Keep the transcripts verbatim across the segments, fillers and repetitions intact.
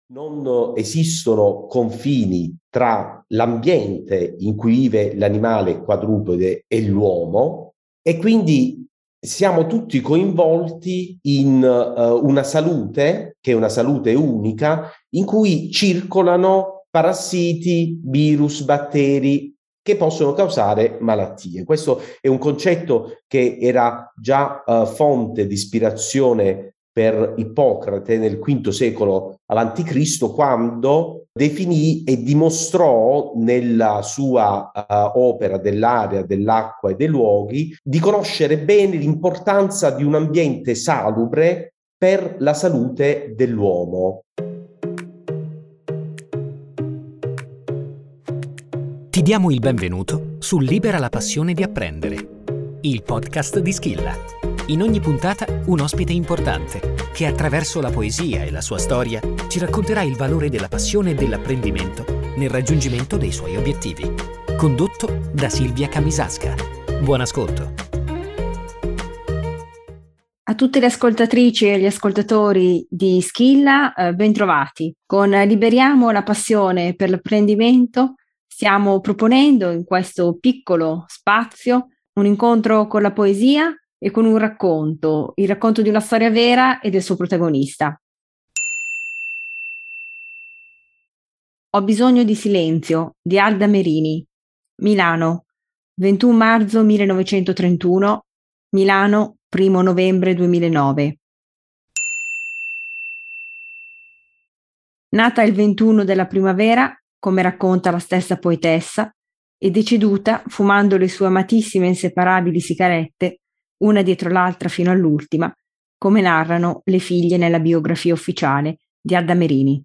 Non esistono confini tra l'ambiente in cui vive l'animale quadrupede e l'uomo, e quindi siamo tutti coinvolti in uh, una salute che è una salute unica, in cui circolano parassiti, virus, batteri che possono causare malattie. Questo è un concetto che era già uh, fonte di ispirazione per Ippocrate nel quinto secolo avanti Cristo, quando definì e dimostrò nella sua uh, opera dell'aria, dell'acqua e dei luoghi di conoscere bene l'importanza di un ambiente salubre per la salute dell'uomo. Ti diamo il benvenuto su Libera la passione di apprendere, il podcast di Schilla. In ogni puntata un ospite importante che attraverso la poesia e la sua storia ci racconterà il valore della passione e dell'apprendimento nel raggiungimento dei suoi obiettivi. Condotto da Silvia Camisasca. Buon ascolto. A tutte le ascoltatrici e gli ascoltatori di Schilla, eh, bentrovati. Con Liberiamo la passione per l'apprendimento stiamo proponendo in questo piccolo spazio un incontro con la poesia e con un racconto, il racconto di una storia vera e del suo protagonista. Ho bisogno di silenzio di Alda Merini, Milano, ventuno marzo millenovecentotrentuno, Milano, primo novembre duemilanove. Nata il ventuno della primavera, come racconta la stessa poetessa, e deceduta fumando le sue amatissime inseparabili sigarette, una dietro l'altra fino all'ultima, come narrano le figlie nella biografia ufficiale di Alda Merini.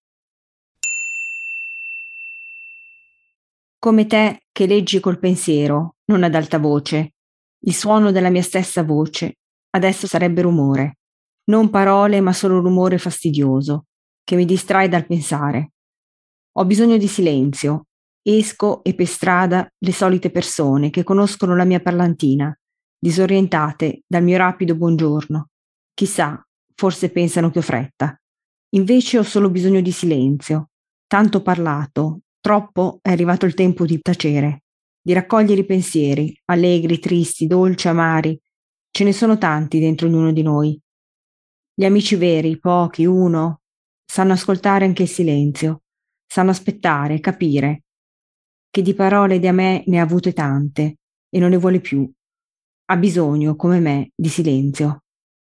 Come te che leggi col pensiero, non ad alta voce, il suono della mia stessa voce, adesso sarebbe rumore, non parole ma solo rumore fastidioso, che mi distrae dal pensare. Ho bisogno di silenzio, esco e per strada le solite persone che conoscono la mia parlantina, disorientate dal mio rapido buongiorno. Chissà, forse pensano che ho fretta. Invece ho solo bisogno di silenzio. Tanto parlato, troppo è arrivato il tempo di tacere, di raccogliere i pensieri, allegri, tristi, dolci, amari. Ce ne sono tanti dentro ognuno di noi. Gli amici veri, pochi, uno, sanno ascoltare anche il silenzio, sanno aspettare, capire, che di parole da me ne ha avute tante e non ne vuole più. Ha bisogno, come me, di silenzio.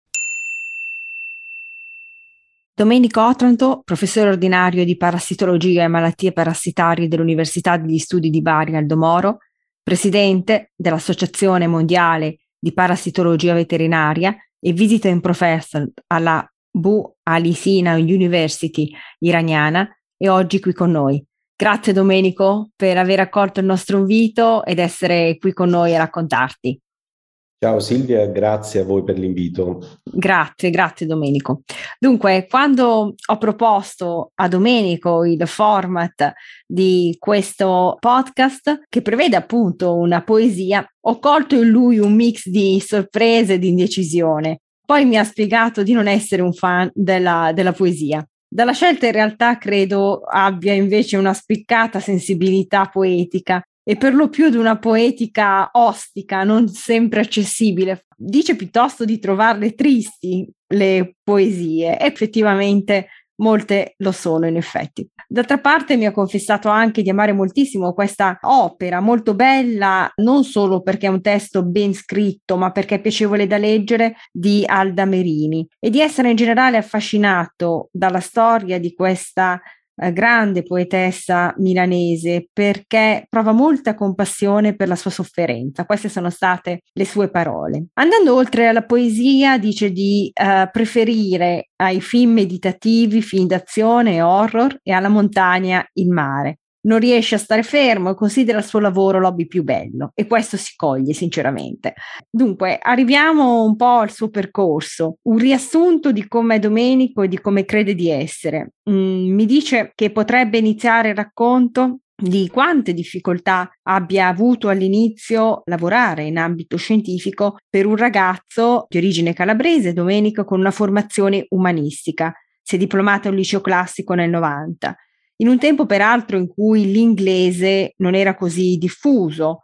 Domenico Otranto, professore ordinario di parassitologia e malattie parassitarie dell'Università degli Studi di Bari Aldo Moro, presidente dell'Associazione Mondiale di Parassitologia Veterinaria e visiting professor alla Bu Ali Sina University iraniana, e oggi qui con noi. Grazie Domenico per aver accolto il nostro invito ed essere qui con noi a raccontarti. Ciao Silvia, grazie a voi per l'invito. Grazie, grazie Domenico. Dunque, quando ho proposto a Domenico il format di questo podcast, che prevede appunto una poesia, ho colto in lui un mix di sorprese e di indecisione. Poi mi ha spiegato di non essere un fan della, della poesia. Dalla scelta in realtà credo abbia invece una spiccata sensibilità poetica e per lo più di una poetica ostica, non sempre accessibile. Dice piuttosto di trovarle tristi le poesie, e effettivamente molte lo sono in effetti. D'altra parte mi ha confessato anche di amare moltissimo questa opera, molto bella, non solo perché è un testo ben scritto, ma perché è piacevole da leggere, di Alda Merini, e di essere in generale affascinato dalla storia di questa eh, grande poetessa milanese, perché prova molta compassione per la sua sofferenza. Queste sono state le sue parole. Andando oltre alla poesia, dice di eh, preferire ai film meditativi, film d'azione e horror, e alla montagna il mare. Non riesce a stare fermo e considera il suo lavoro l'hobby più bello, e questo si coglie sinceramente. Dunque, arriviamo un po' al suo percorso, un riassunto di come è Domenico e di come crede di essere. Mm, mi dice che potrebbe iniziare il racconto di quante difficoltà abbia avuto all'inizio lavorare in ambito scientifico per un ragazzo di origine calabrese, Domenico, con una formazione umanistica. Si è diplomata al liceo classico nel novanta, in un tempo peraltro in cui l'inglese non era così diffuso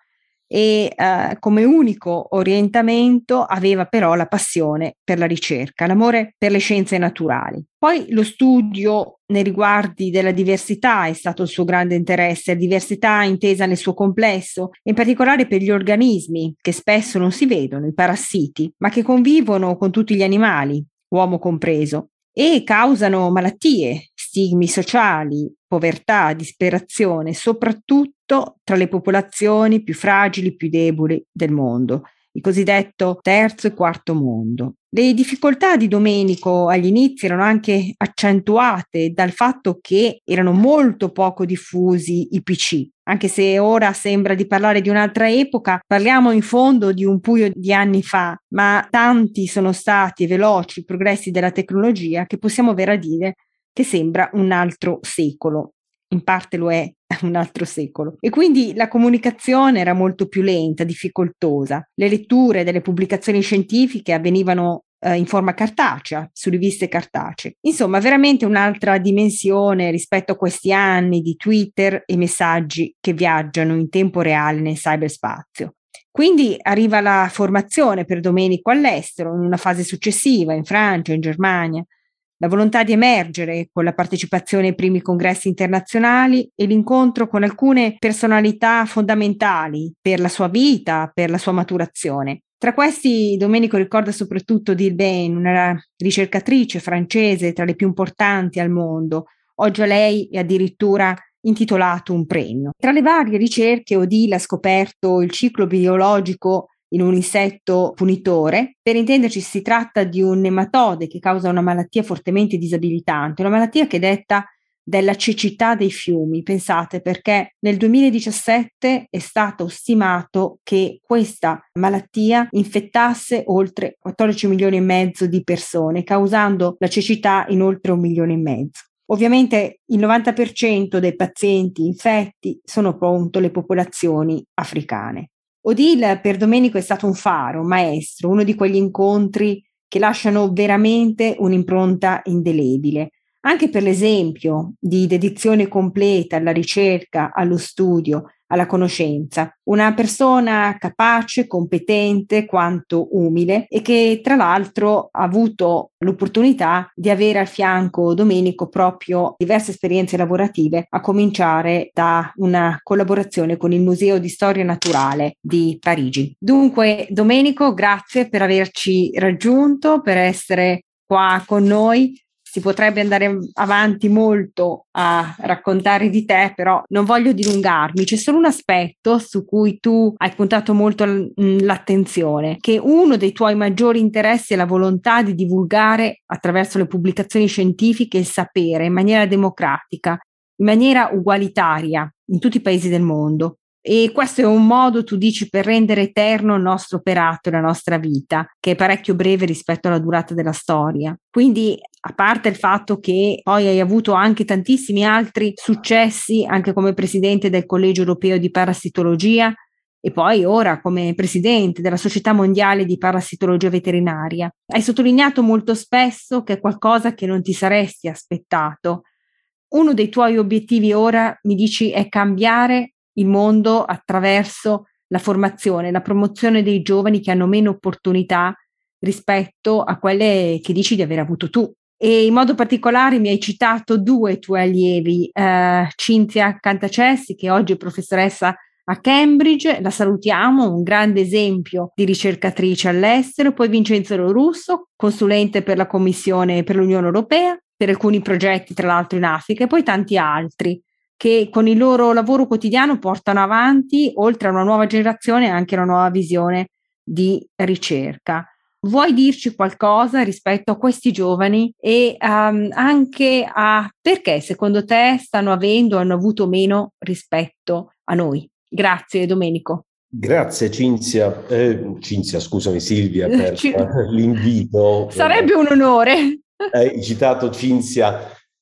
e eh, come unico orientamento aveva però la passione per la ricerca, l'amore per le scienze naturali. Poi lo studio nei riguardi della diversità è stato il suo grande interesse, la diversità intesa nel suo complesso, in particolare per gli organismi che spesso non si vedono, i parassiti, ma che convivono con tutti gli animali, uomo compreso, e causano malattie, stigmi sociali, povertà, disperazione, soprattutto tra le popolazioni più fragili, più deboli del mondo, il cosiddetto terzo e quarto mondo. Le difficoltà di Domenico agli inizi erano anche accentuate dal fatto che erano molto poco diffusi i P C. Anche se ora sembra di parlare di un'altra epoca, parliamo in fondo di un paio di anni fa, ma tanti sono stati veloci i progressi della tecnologia che possiamo avere a dire che sembra un altro secolo. In parte lo è un altro secolo. E quindi la comunicazione era molto più lenta, difficoltosa. Le letture delle pubblicazioni scientifiche avvenivano eh, in forma cartacea, su riviste cartacee. Insomma, veramente un'altra dimensione rispetto a questi anni di Twitter e messaggi che viaggiano in tempo reale nel cyberspazio. Quindi arriva la formazione per Domenico all'estero, in una fase successiva, in Francia, in Germania. La volontà di emergere con la partecipazione ai primi congressi internazionali e l'incontro con alcune personalità fondamentali per la sua vita, per la sua maturazione. Tra questi Domenico ricorda soprattutto Dilbene, una ricercatrice francese tra le più importanti al mondo. Oggi a lei è addirittura intitolato un premio. Tra le varie ricerche Odile ha scoperto il ciclo biologico in un insetto punitore. Per intenderci, si tratta di un nematode che causa una malattia fortemente disabilitante, una malattia che è detta della cecità dei fiumi. Pensate, perché nel duemiladiciassette è stato stimato che questa malattia infettasse oltre quattordici milioni e mezzo di persone, causando la cecità in oltre un milione e mezzo. Ovviamente il novanta per cento dei pazienti infetti sono appunto le popolazioni africane. Odile per Domenico è stato un faro, un maestro, uno di quegli incontri che lasciano veramente un'impronta indelebile, anche per l'esempio di dedizione completa alla ricerca, allo studio, alla conoscenza. Una persona capace, competente, quanto umile e che tra l'altro ha avuto l'opportunità di avere al fianco Domenico proprio diverse esperienze lavorative, a cominciare da una collaborazione con il Museo di Storia Naturale di Parigi. Dunque, Domenico, grazie per averci raggiunto, per essere qua con noi. Si potrebbe andare avanti molto a raccontare di te, però non voglio dilungarmi. C'è solo un aspetto su cui tu hai puntato molto l'attenzione, che uno dei tuoi maggiori interessi è la volontà di divulgare attraverso le pubblicazioni scientifiche il sapere in maniera democratica, in maniera ugualitaria in tutti i paesi del mondo. E questo è un modo, tu dici, per rendere eterno il nostro operato e la nostra vita, che è parecchio breve rispetto alla durata della storia. Quindi, a parte il fatto che poi hai avuto anche tantissimi altri successi, anche come presidente del Collegio Europeo di Parassitologia e poi ora come presidente della Società Mondiale di Parassitologia Veterinaria, hai sottolineato molto spesso che è qualcosa che non ti saresti aspettato. Uno dei tuoi obiettivi ora, mi dici, è cambiare il mondo attraverso la formazione, la promozione dei giovani che hanno meno opportunità rispetto a quelle che dici di aver avuto tu. E in modo particolare mi hai citato due tuoi allievi, eh, Cinzia Cantacessi, che oggi è professoressa a Cambridge, la salutiamo, un grande esempio di ricercatrice all'estero, poi Vincenzo Russo, consulente per la Commissione per l'Unione Europea, per alcuni progetti tra l'altro in Africa, e poi tanti altri che con il loro lavoro quotidiano portano avanti, oltre a una nuova generazione, anche una nuova visione di ricerca. Vuoi dirci qualcosa rispetto a questi giovani e um, anche a perché secondo te stanno avendo o hanno avuto meno rispetto a noi? Grazie Domenico. Grazie Cinzia, eh, Cinzia scusami Silvia per C- l'invito. Sarebbe un onore. Hai citato Cinzia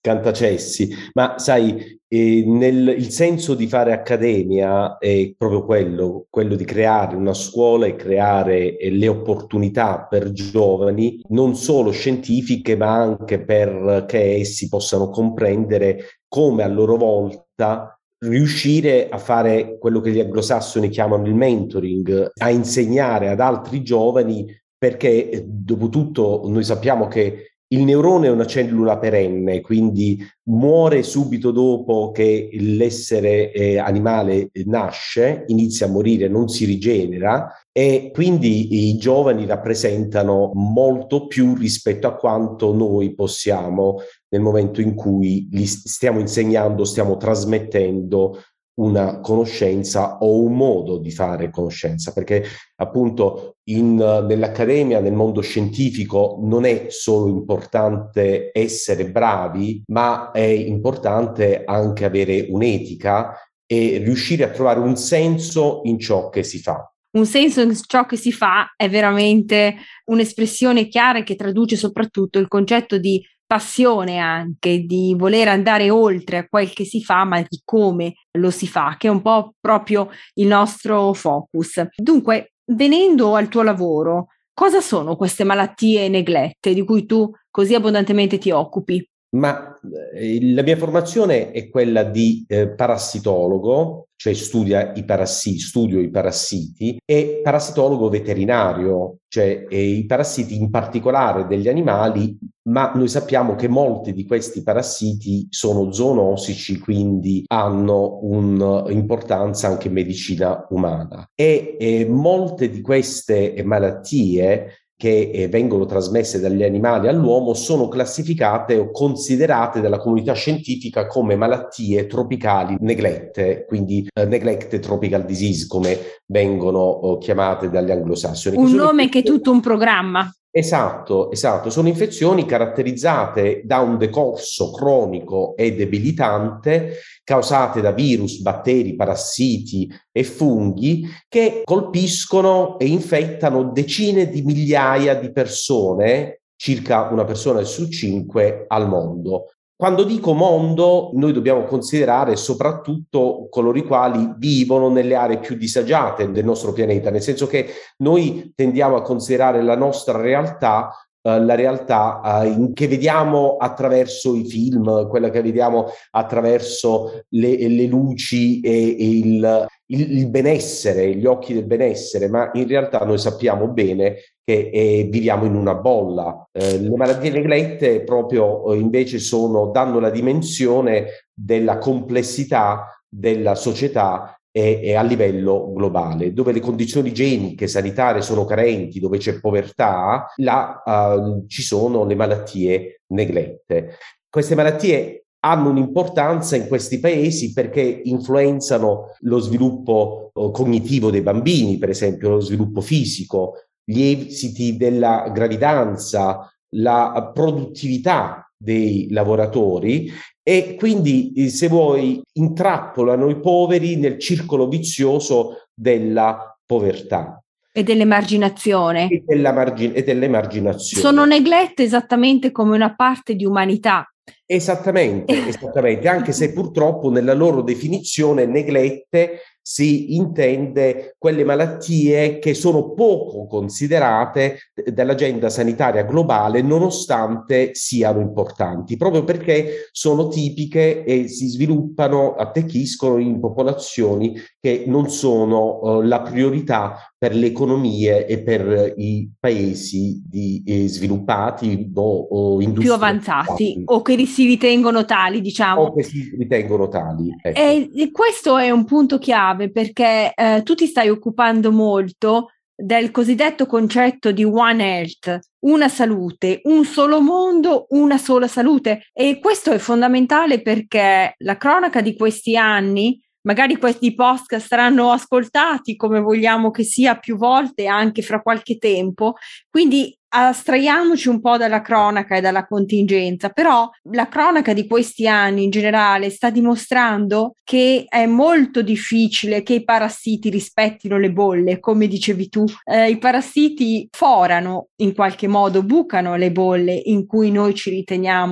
Scantacessi, ma sai, eh, nel, il senso di fare accademia è proprio quello, quello di creare una scuola e creare eh, le opportunità per giovani, non solo scientifiche, ma anche perché essi possano comprendere come a loro volta riuscire a fare quello che gli anglosassoni chiamano il mentoring, a insegnare ad altri giovani, perché dopo tutto noi sappiamo che il neurone è una cellula perenne, quindi muore subito dopo che l'essere eh, animale nasce, inizia a morire, non si rigenera, e quindi i giovani rappresentano molto più rispetto a quanto noi possiamo nel momento in cui li stiamo insegnando, stiamo trasmettendo una conoscenza o un modo di fare conoscenza, perché appunto in, nell'accademia, nel mondo scientifico, non è solo importante essere bravi, ma è importante anche avere un'etica e riuscire a trovare un senso in ciò che si fa. Un senso in ciò che si fa è veramente un'espressione chiara che traduce soprattutto il concetto di passione, anche di voler andare oltre a quel che si fa, ma di come lo si fa, che è un po' proprio il nostro focus. Dunque, venendo al tuo lavoro, cosa sono queste malattie neglette di cui tu così abbondantemente ti occupi? Ma eh, la mia formazione è quella di eh, parassitologo, cioè studia i parassiti, studio i parassiti, e parassitologo veterinario, cioè eh, i parassiti in particolare degli animali, ma noi sappiamo che molti di questi parassiti sono zoonosici, quindi hanno un'importanza anche in medicina umana. E eh, molte di queste malattie che eh, vengono trasmesse dagli animali all'uomo sono classificate o considerate dalla comunità scientifica come malattie tropicali neglette, quindi eh, neglected tropical disease, come vengono eh, chiamate dagli anglosassoni. Un nome che è tutto un programma. Esatto, esatto. Sono infezioni caratterizzate da un decorso cronico e debilitante causate da virus, batteri, parassiti e funghi che colpiscono e infettano decine di migliaia di persone, circa una persona su cinque al mondo. Quando dico mondo, noi dobbiamo considerare soprattutto coloro i quali vivono nelle aree più disagiate del nostro pianeta, nel senso che noi tendiamo a considerare la nostra realtà, eh, la realtà eh, in, che vediamo attraverso i film, quella che vediamo attraverso le, le luci e, e il, il, il benessere, gli occhi del benessere, ma in realtà noi sappiamo bene che eh, viviamo in una bolla. Eh, le malattie neglette proprio eh, invece sono, danno la dimensione della complessità della società e, e a livello globale, dove le condizioni igieniche, sanitarie sono carenti, dove c'è povertà, là uh, ci sono le malattie neglette. Queste malattie hanno un'importanza in questi paesi perché influenzano lo sviluppo uh, cognitivo dei bambini, per esempio lo sviluppo fisico, gli esiti della gravidanza, la produttività dei lavoratori, e quindi, se vuoi, intrappolano i poveri nel circolo vizioso della povertà. E dell'emarginazione. E, della margin- e dell'emarginazione. Sono neglette esattamente come una parte di umanità. Esattamente, esattamente, anche se purtroppo nella loro definizione neglette si intende quelle malattie che sono poco considerate dall'agenda sanitaria globale, nonostante siano importanti, proprio perché sono tipiche e si sviluppano, attecchiscono in popolazioni che non sono uh, la priorità per le economie e per i paesi di, eh, sviluppati o, o industrializzati. Più avanzati, o che si ritengono tali, diciamo. O che si ritengono tali. Ecco. E, e questo è un punto chiave, perché eh, tu ti stai occupando molto del cosiddetto concetto di One Health, una salute, un solo mondo, una sola salute. E questo è fondamentale perché la cronaca di questi anni, magari questi podcast saranno ascoltati come vogliamo che sia più volte anche fra qualche tempo, quindi astraiamoci un po' dalla cronaca e dalla contingenza, però la cronaca di questi anni in generale sta dimostrando che è molto difficile che i parassiti rispettino le bolle, come dicevi tu. Eh, i parassiti forano in qualche modo, bucano le bolle in cui noi ci riteniamo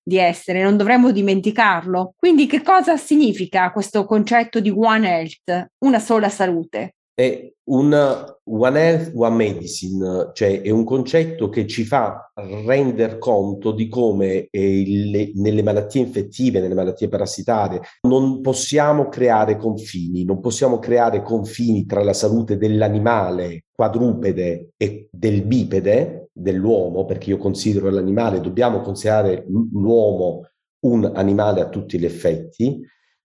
di essere, non dovremmo dimenticarlo. Quindi che cosa significa questo concetto di One Health, una sola salute? È un One Health, One Medicine, cioè è un concetto che ci fa rendere conto di come eh, le, nelle malattie infettive, nelle malattie parassitarie, non possiamo creare confini, non possiamo creare confini tra la salute dell'animale quadrupede e del bipede, dell'uomo, perché io considero l'animale, dobbiamo considerare l'uomo un animale a tutti gli effetti.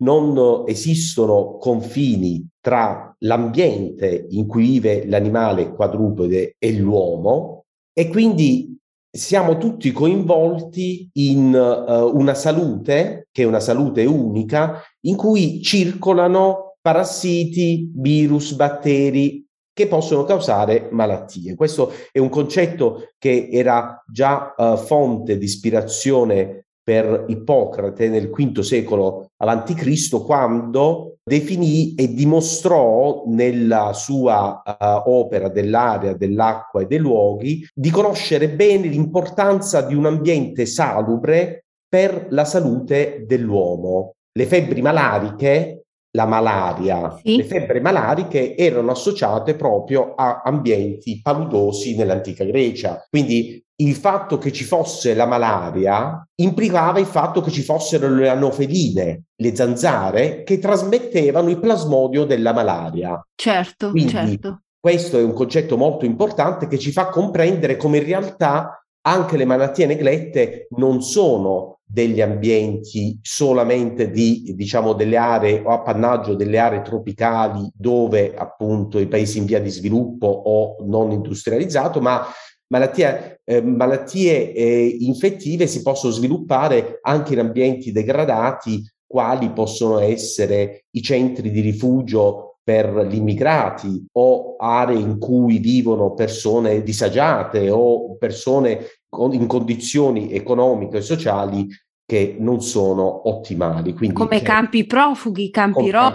Non esistono confini tra l'ambiente in cui vive l'animale quadrupede e l'uomo, e quindi siamo tutti coinvolti in uh, una salute che è una salute unica, in cui circolano parassiti, virus, batteri che possono causare malattie. Questo è un concetto che era già uh, fonte di ispirazione per Ippocrate nel quinto secolo avanti Cristo, quando definì e dimostrò nella sua uh, opera dell'aria, dell'acqua e dei luoghi di conoscere bene l'importanza di un ambiente salubre per la salute dell'uomo. Le febbri malariche, la malaria, sì. Le febbri malariche erano associate proprio a ambienti paludosi nell'antica Grecia. Quindi il fatto che ci fosse la malaria implicava il fatto che ci fossero le anofeline, le zanzare, che trasmettevano il plasmodio della malaria. Certo, Quindi, certo. Questo è un concetto molto importante che ci fa comprendere come in realtà anche le malattie neglette non sono degli ambienti solamente di, diciamo, delle aree o appannaggio delle aree tropicali dove appunto i paesi in via di sviluppo o non industrializzato, ma malattie, eh, malattie eh, infettive si possono sviluppare anche in ambienti degradati, quali possono essere i centri di rifugio per gli immigrati o aree in cui vivono persone disagiate o persone in condizioni economiche e sociali che non sono ottimali. Quindi, come cioè, campi profughi, campi rom,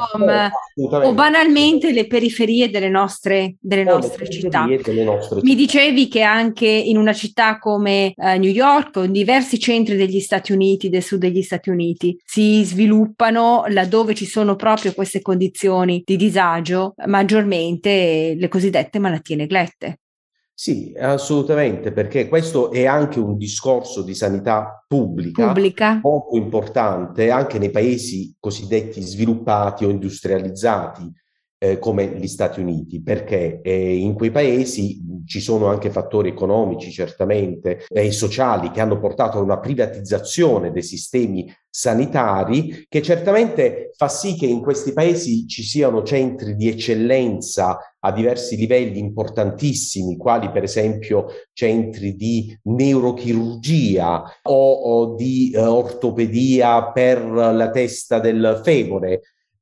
o banalmente le periferie delle nostre, delle nostre città. Delle nostre Mi città. dicevi che anche in una città come eh, New York o in diversi centri degli Stati Uniti, del sud degli Stati Uniti, si sviluppano, laddove ci sono proprio queste condizioni di disagio, maggiormente le cosiddette malattie neglette. Sì, assolutamente, perché questo è anche un discorso di sanità pubblica, pubblica molto importante anche nei paesi cosiddetti sviluppati o industrializzati eh, come gli Stati Uniti, perché eh, in quei paesi ci sono anche fattori economici certamente e sociali che hanno portato a una privatizzazione dei sistemi sanitari, che certamente fa sì che in questi paesi ci siano centri di eccellenza a diversi livelli importantissimi, quali per esempio centri di neurochirurgia o, o di uh, ortopedia per la testa del femore,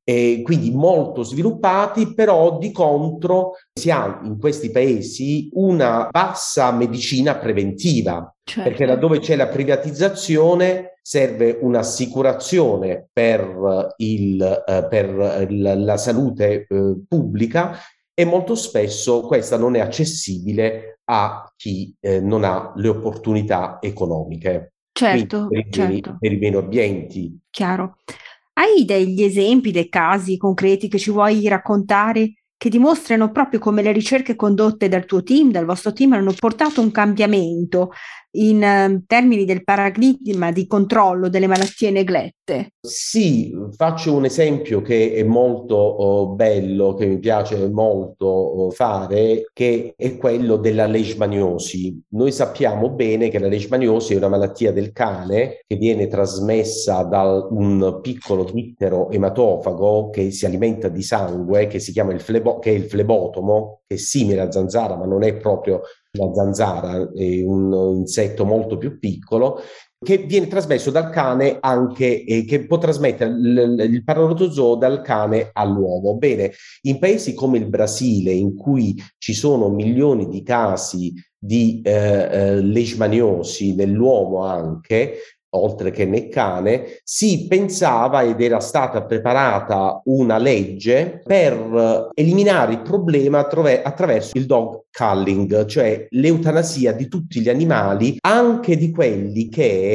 e quindi molto sviluppati, però di contro si ha in questi paesi una bassa medicina preventiva, certo. Perché laddove c'è la privatizzazione serve un'assicurazione per, il, eh, per il, la salute eh, pubblica, e molto spesso questa non è accessibile a chi eh, non ha le opportunità economiche. Certo, per i, certo. per i meno abbienti. Chiaro. Hai degli esempi, dei casi concreti che ci vuoi raccontare che dimostrano proprio come le ricerche condotte dal tuo team, dal vostro team, hanno portato un cambiamento in uh, termini del paradigma di controllo delle malattie neglette? Sì, faccio un esempio che è molto oh, bello, che mi piace molto oh, fare, che è quello della leishmaniosi. Noi sappiamo bene che la leishmaniosi è una malattia del cane che viene trasmessa da un piccolo zwittero ematofago che si alimenta di sangue, che si chiama il flebo- che è il flebotomo, che è simile alla zanzara, ma non è proprio la zanzara, è un insetto molto più piccolo, che viene trasmesso dal cane anche, eh, che può trasmettere l- il parotozoo dal cane all'uomo. Bene, in paesi come il Brasile, in cui ci sono milioni di casi di eh, eh, leishmaniosi nell'uomo anche, oltre che nel cane, si pensava ed era stata preparata una legge per eliminare il problema attraver- attraverso il dog culling, cioè l'eutanasia di tutti gli animali, anche di quelli che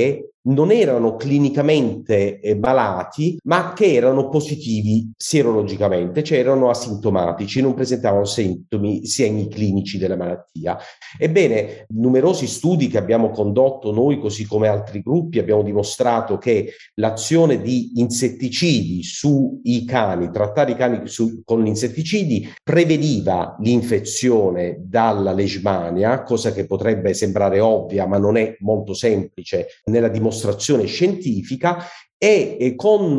non erano clinicamente malati, ma che erano positivi sierologicamente, cioè erano asintomatici, non presentavano sintomi, segni clinici della malattia. Ebbene, numerosi studi che abbiamo condotto noi, così come altri gruppi, abbiamo dimostrato che l'azione di insetticidi sui cani, trattare i cani su, con gli insetticidi, preveniva l'infezione dalla leishmania, cosa che potrebbe sembrare ovvia, ma non è molto semplice nella dimostrazione scientifica, e, e con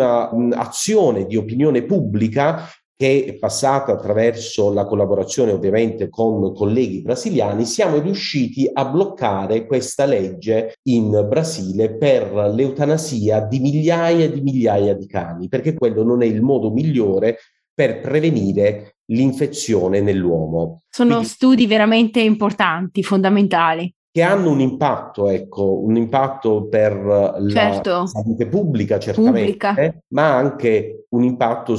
un'azione di opinione pubblica che è passata attraverso la collaborazione ovviamente con colleghi brasiliani, siamo riusciti a bloccare questa legge in Brasile per l'eutanasia di migliaia e di migliaia di cani, perché quello non è il modo migliore per prevenire l'infezione nell'uomo. Sono Quindi, studi veramente importanti, fondamentali. Che hanno un impatto, ecco, un impatto per la certo. salute pubblica, certamente, pubblica. ma anche un impatto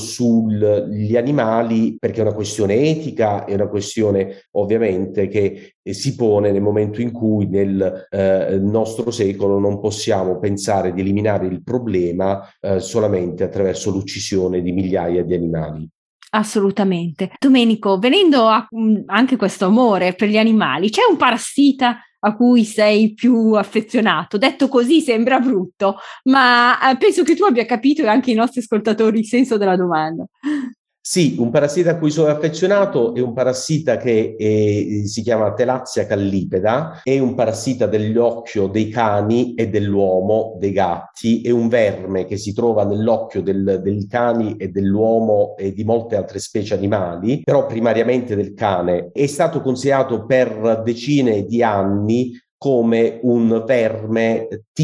sugli animali, perché è una questione etica, è una questione ovviamente che si pone nel momento in cui nel eh, nostro secolo non possiamo pensare di eliminare il problema eh, solamente attraverso l'uccisione di migliaia di animali. Assolutamente. Domenico, venendo a um, anche questo amore per gli animali, c'è un parassita a cui sei più affezionato? Detto così sembra brutto, ma eh, penso che tu abbia capito, e anche i nostri ascoltatori, il senso della domanda. Sì, un parassita a cui sono affezionato è un parassita che è, si chiama Telazzia callipeda, è un parassita dell'occhio dei cani e dell'uomo, dei gatti, è un verme che si trova nell'occhio del, dei cani e dell'uomo e di molte altre specie animali, però primariamente del cane. È stato considerato per decine di anni come un verme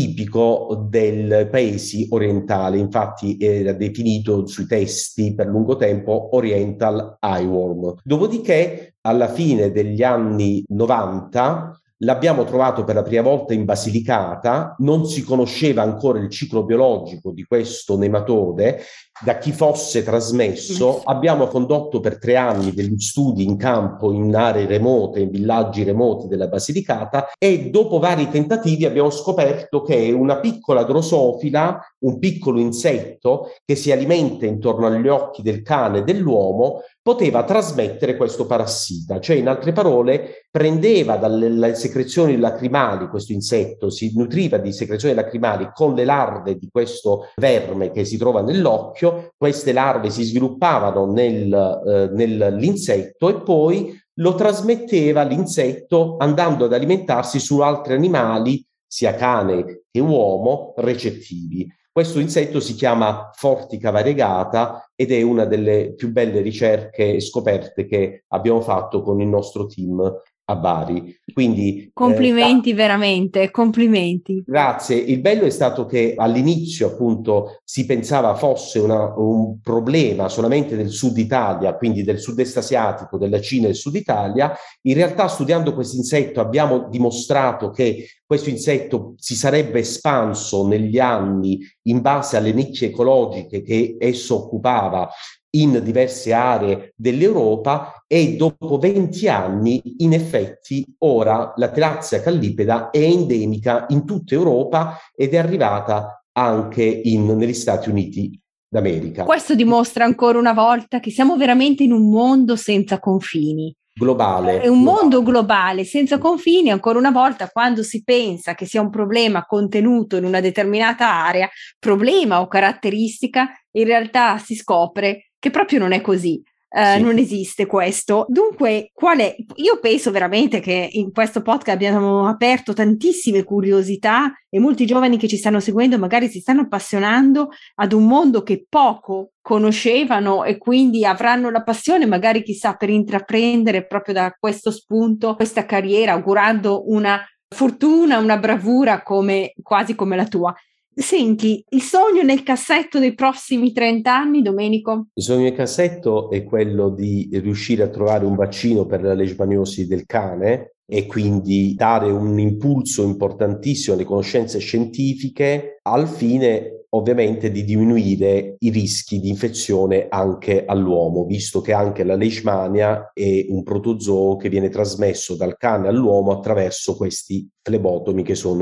tipico dei paesi orientali, infatti era definito sui testi per lungo tempo Oriental Eyeworm. Dopodiché, alla fine degli anni novanta, l'abbiamo trovato per la prima volta in Basilicata, non si conosceva ancora il ciclo biologico di questo nematode, da chi fosse trasmesso. Abbiamo condotto per tre anni degli studi in campo, in aree remote, in villaggi remoti della Basilicata, e dopo vari tentativi abbiamo scoperto che una piccola drosofila, un piccolo insetto che si alimenta intorno agli occhi del cane e dell'uomo, poteva trasmettere questo parassita, cioè in altre parole prendeva dalle secrezioni lacrimali, questo insetto si nutriva di secrezioni lacrimali con le larve di questo verme che si trova nell'occhio. Queste larve si sviluppavano nel, eh, nell'insetto e poi lo trasmetteva l'insetto andando ad alimentarsi su altri animali, sia cane che uomo, recettivi. Questo insetto si chiama Fortica variegata ed è una delle più belle ricerche e scoperte che abbiamo fatto con il nostro team a Bari. Quindi complimenti, eh, veramente, complimenti. Grazie. Il bello è stato che all'inizio appunto si pensava fosse una, un problema solamente del sud Italia, quindi del sud-est asiatico, della Cina e del sud Italia. In realtà, studiando questo insetto abbiamo dimostrato che questo insetto si sarebbe espanso negli anni in base alle nicchie ecologiche che esso occupava in diverse aree dell'Europa, e dopo venti anni in effetti ora la Telazzia callipeda è endemica in tutta Europa ed è arrivata anche in, negli Stati Uniti d'America. Questo dimostra ancora una volta che siamo veramente in un mondo senza confini. Globale. È un globale. mondo globale, senza confini. Ancora una volta, quando si pensa che sia un problema contenuto in una determinata area, problema o caratteristica, in realtà si scopre che proprio non è così. Uh, sì. Non esiste questo. Dunque, qual è? Io penso veramente che in questo podcast abbiamo aperto tantissime curiosità e molti giovani che ci stanno seguendo magari si stanno appassionando ad un mondo che poco conoscevano e quindi avranno la passione, magari chissà, per intraprendere proprio da questo spunto questa carriera, augurando una fortuna, una bravura come quasi come la tua. Senti, il sogno nel cassetto dei prossimi trenta anni, Domenico? Il sogno nel cassetto è quello di riuscire a trovare un vaccino per la leishmaniosi del cane e quindi dare un impulso importantissimo alle conoscenze scientifiche al fine ovviamente di diminuire i rischi di infezione anche all'uomo, visto che anche la leishmania è un protozoo che viene trasmesso dal cane all'uomo attraverso questi flebotomi che sono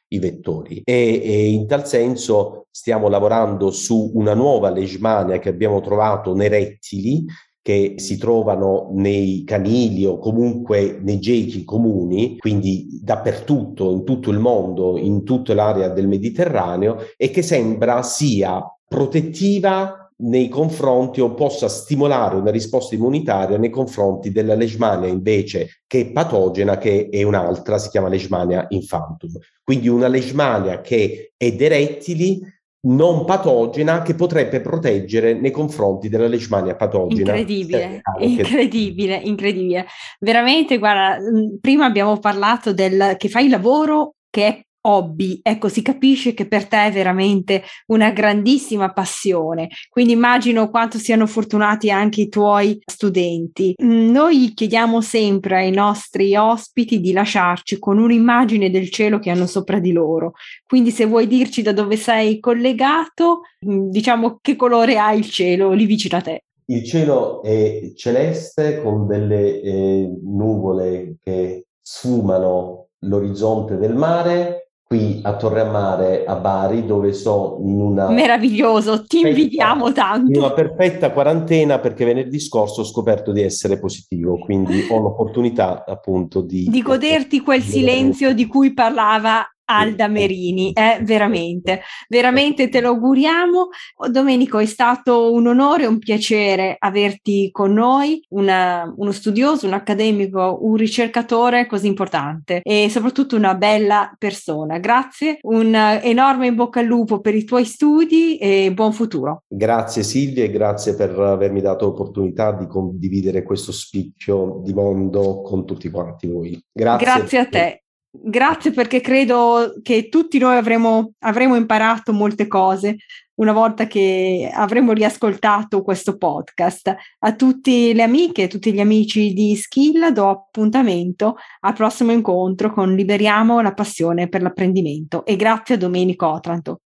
i vettori e, e in tal senso stiamo lavorando su una nuova leishmania che abbiamo trovato nei rettili, che si trovano nei canili o comunque nei gechi comuni, quindi dappertutto, in tutto il mondo, in tutta l'area del Mediterraneo, e che sembra sia protettiva nei confronti o possa stimolare una risposta immunitaria nei confronti della leishmania invece che è patogena, che è un'altra, si chiama leishmania infantum. Quindi una leishmania che è dei rettili, non patogena, che potrebbe proteggere nei confronti della leishmania patogena. Incredibile, incredibile, incredibile. Veramente, guarda, prima abbiamo parlato del che fai il lavoro che è hobby, ecco, si capisce che per te è veramente una grandissima passione, quindi immagino quanto siano fortunati anche i tuoi studenti. Noi chiediamo sempre ai nostri ospiti di lasciarci con un'immagine del cielo che hanno sopra di loro, quindi se vuoi dirci da dove sei collegato, diciamo che colore ha il cielo lì vicino a te. Il cielo è celeste con delle eh, nuvole che sfumano l'orizzonte del mare. Qui a Torreammare, a Bari, dove sto in una... Meraviglioso, ti perfetta, invidiamo tanto! In una perfetta quarantena, perché venerdì scorso ho scoperto di essere positivo, quindi ho l'opportunità appunto di... Di goderti quel silenzio di cui parlava Alda Merini, eh, veramente, veramente te lo auguriamo. Domenico, è stato un onore, un piacere averti con noi, una, uno studioso, un accademico, un ricercatore così importante e soprattutto una bella persona. Grazie, un enorme in bocca al lupo per i tuoi studi e buon futuro. Grazie Silvia e grazie per avermi dato l'opportunità di condividere questo spicchio di mondo con tutti quanti voi. Grazie. Grazie a te. Grazie, perché credo che tutti noi avremo, avremo imparato molte cose una volta che avremo riascoltato questo podcast. A tutte le amiche e tutti gli amici di Skilla do appuntamento al prossimo incontro con Liberiamo la passione per l'apprendimento e grazie a Domenico Otranto.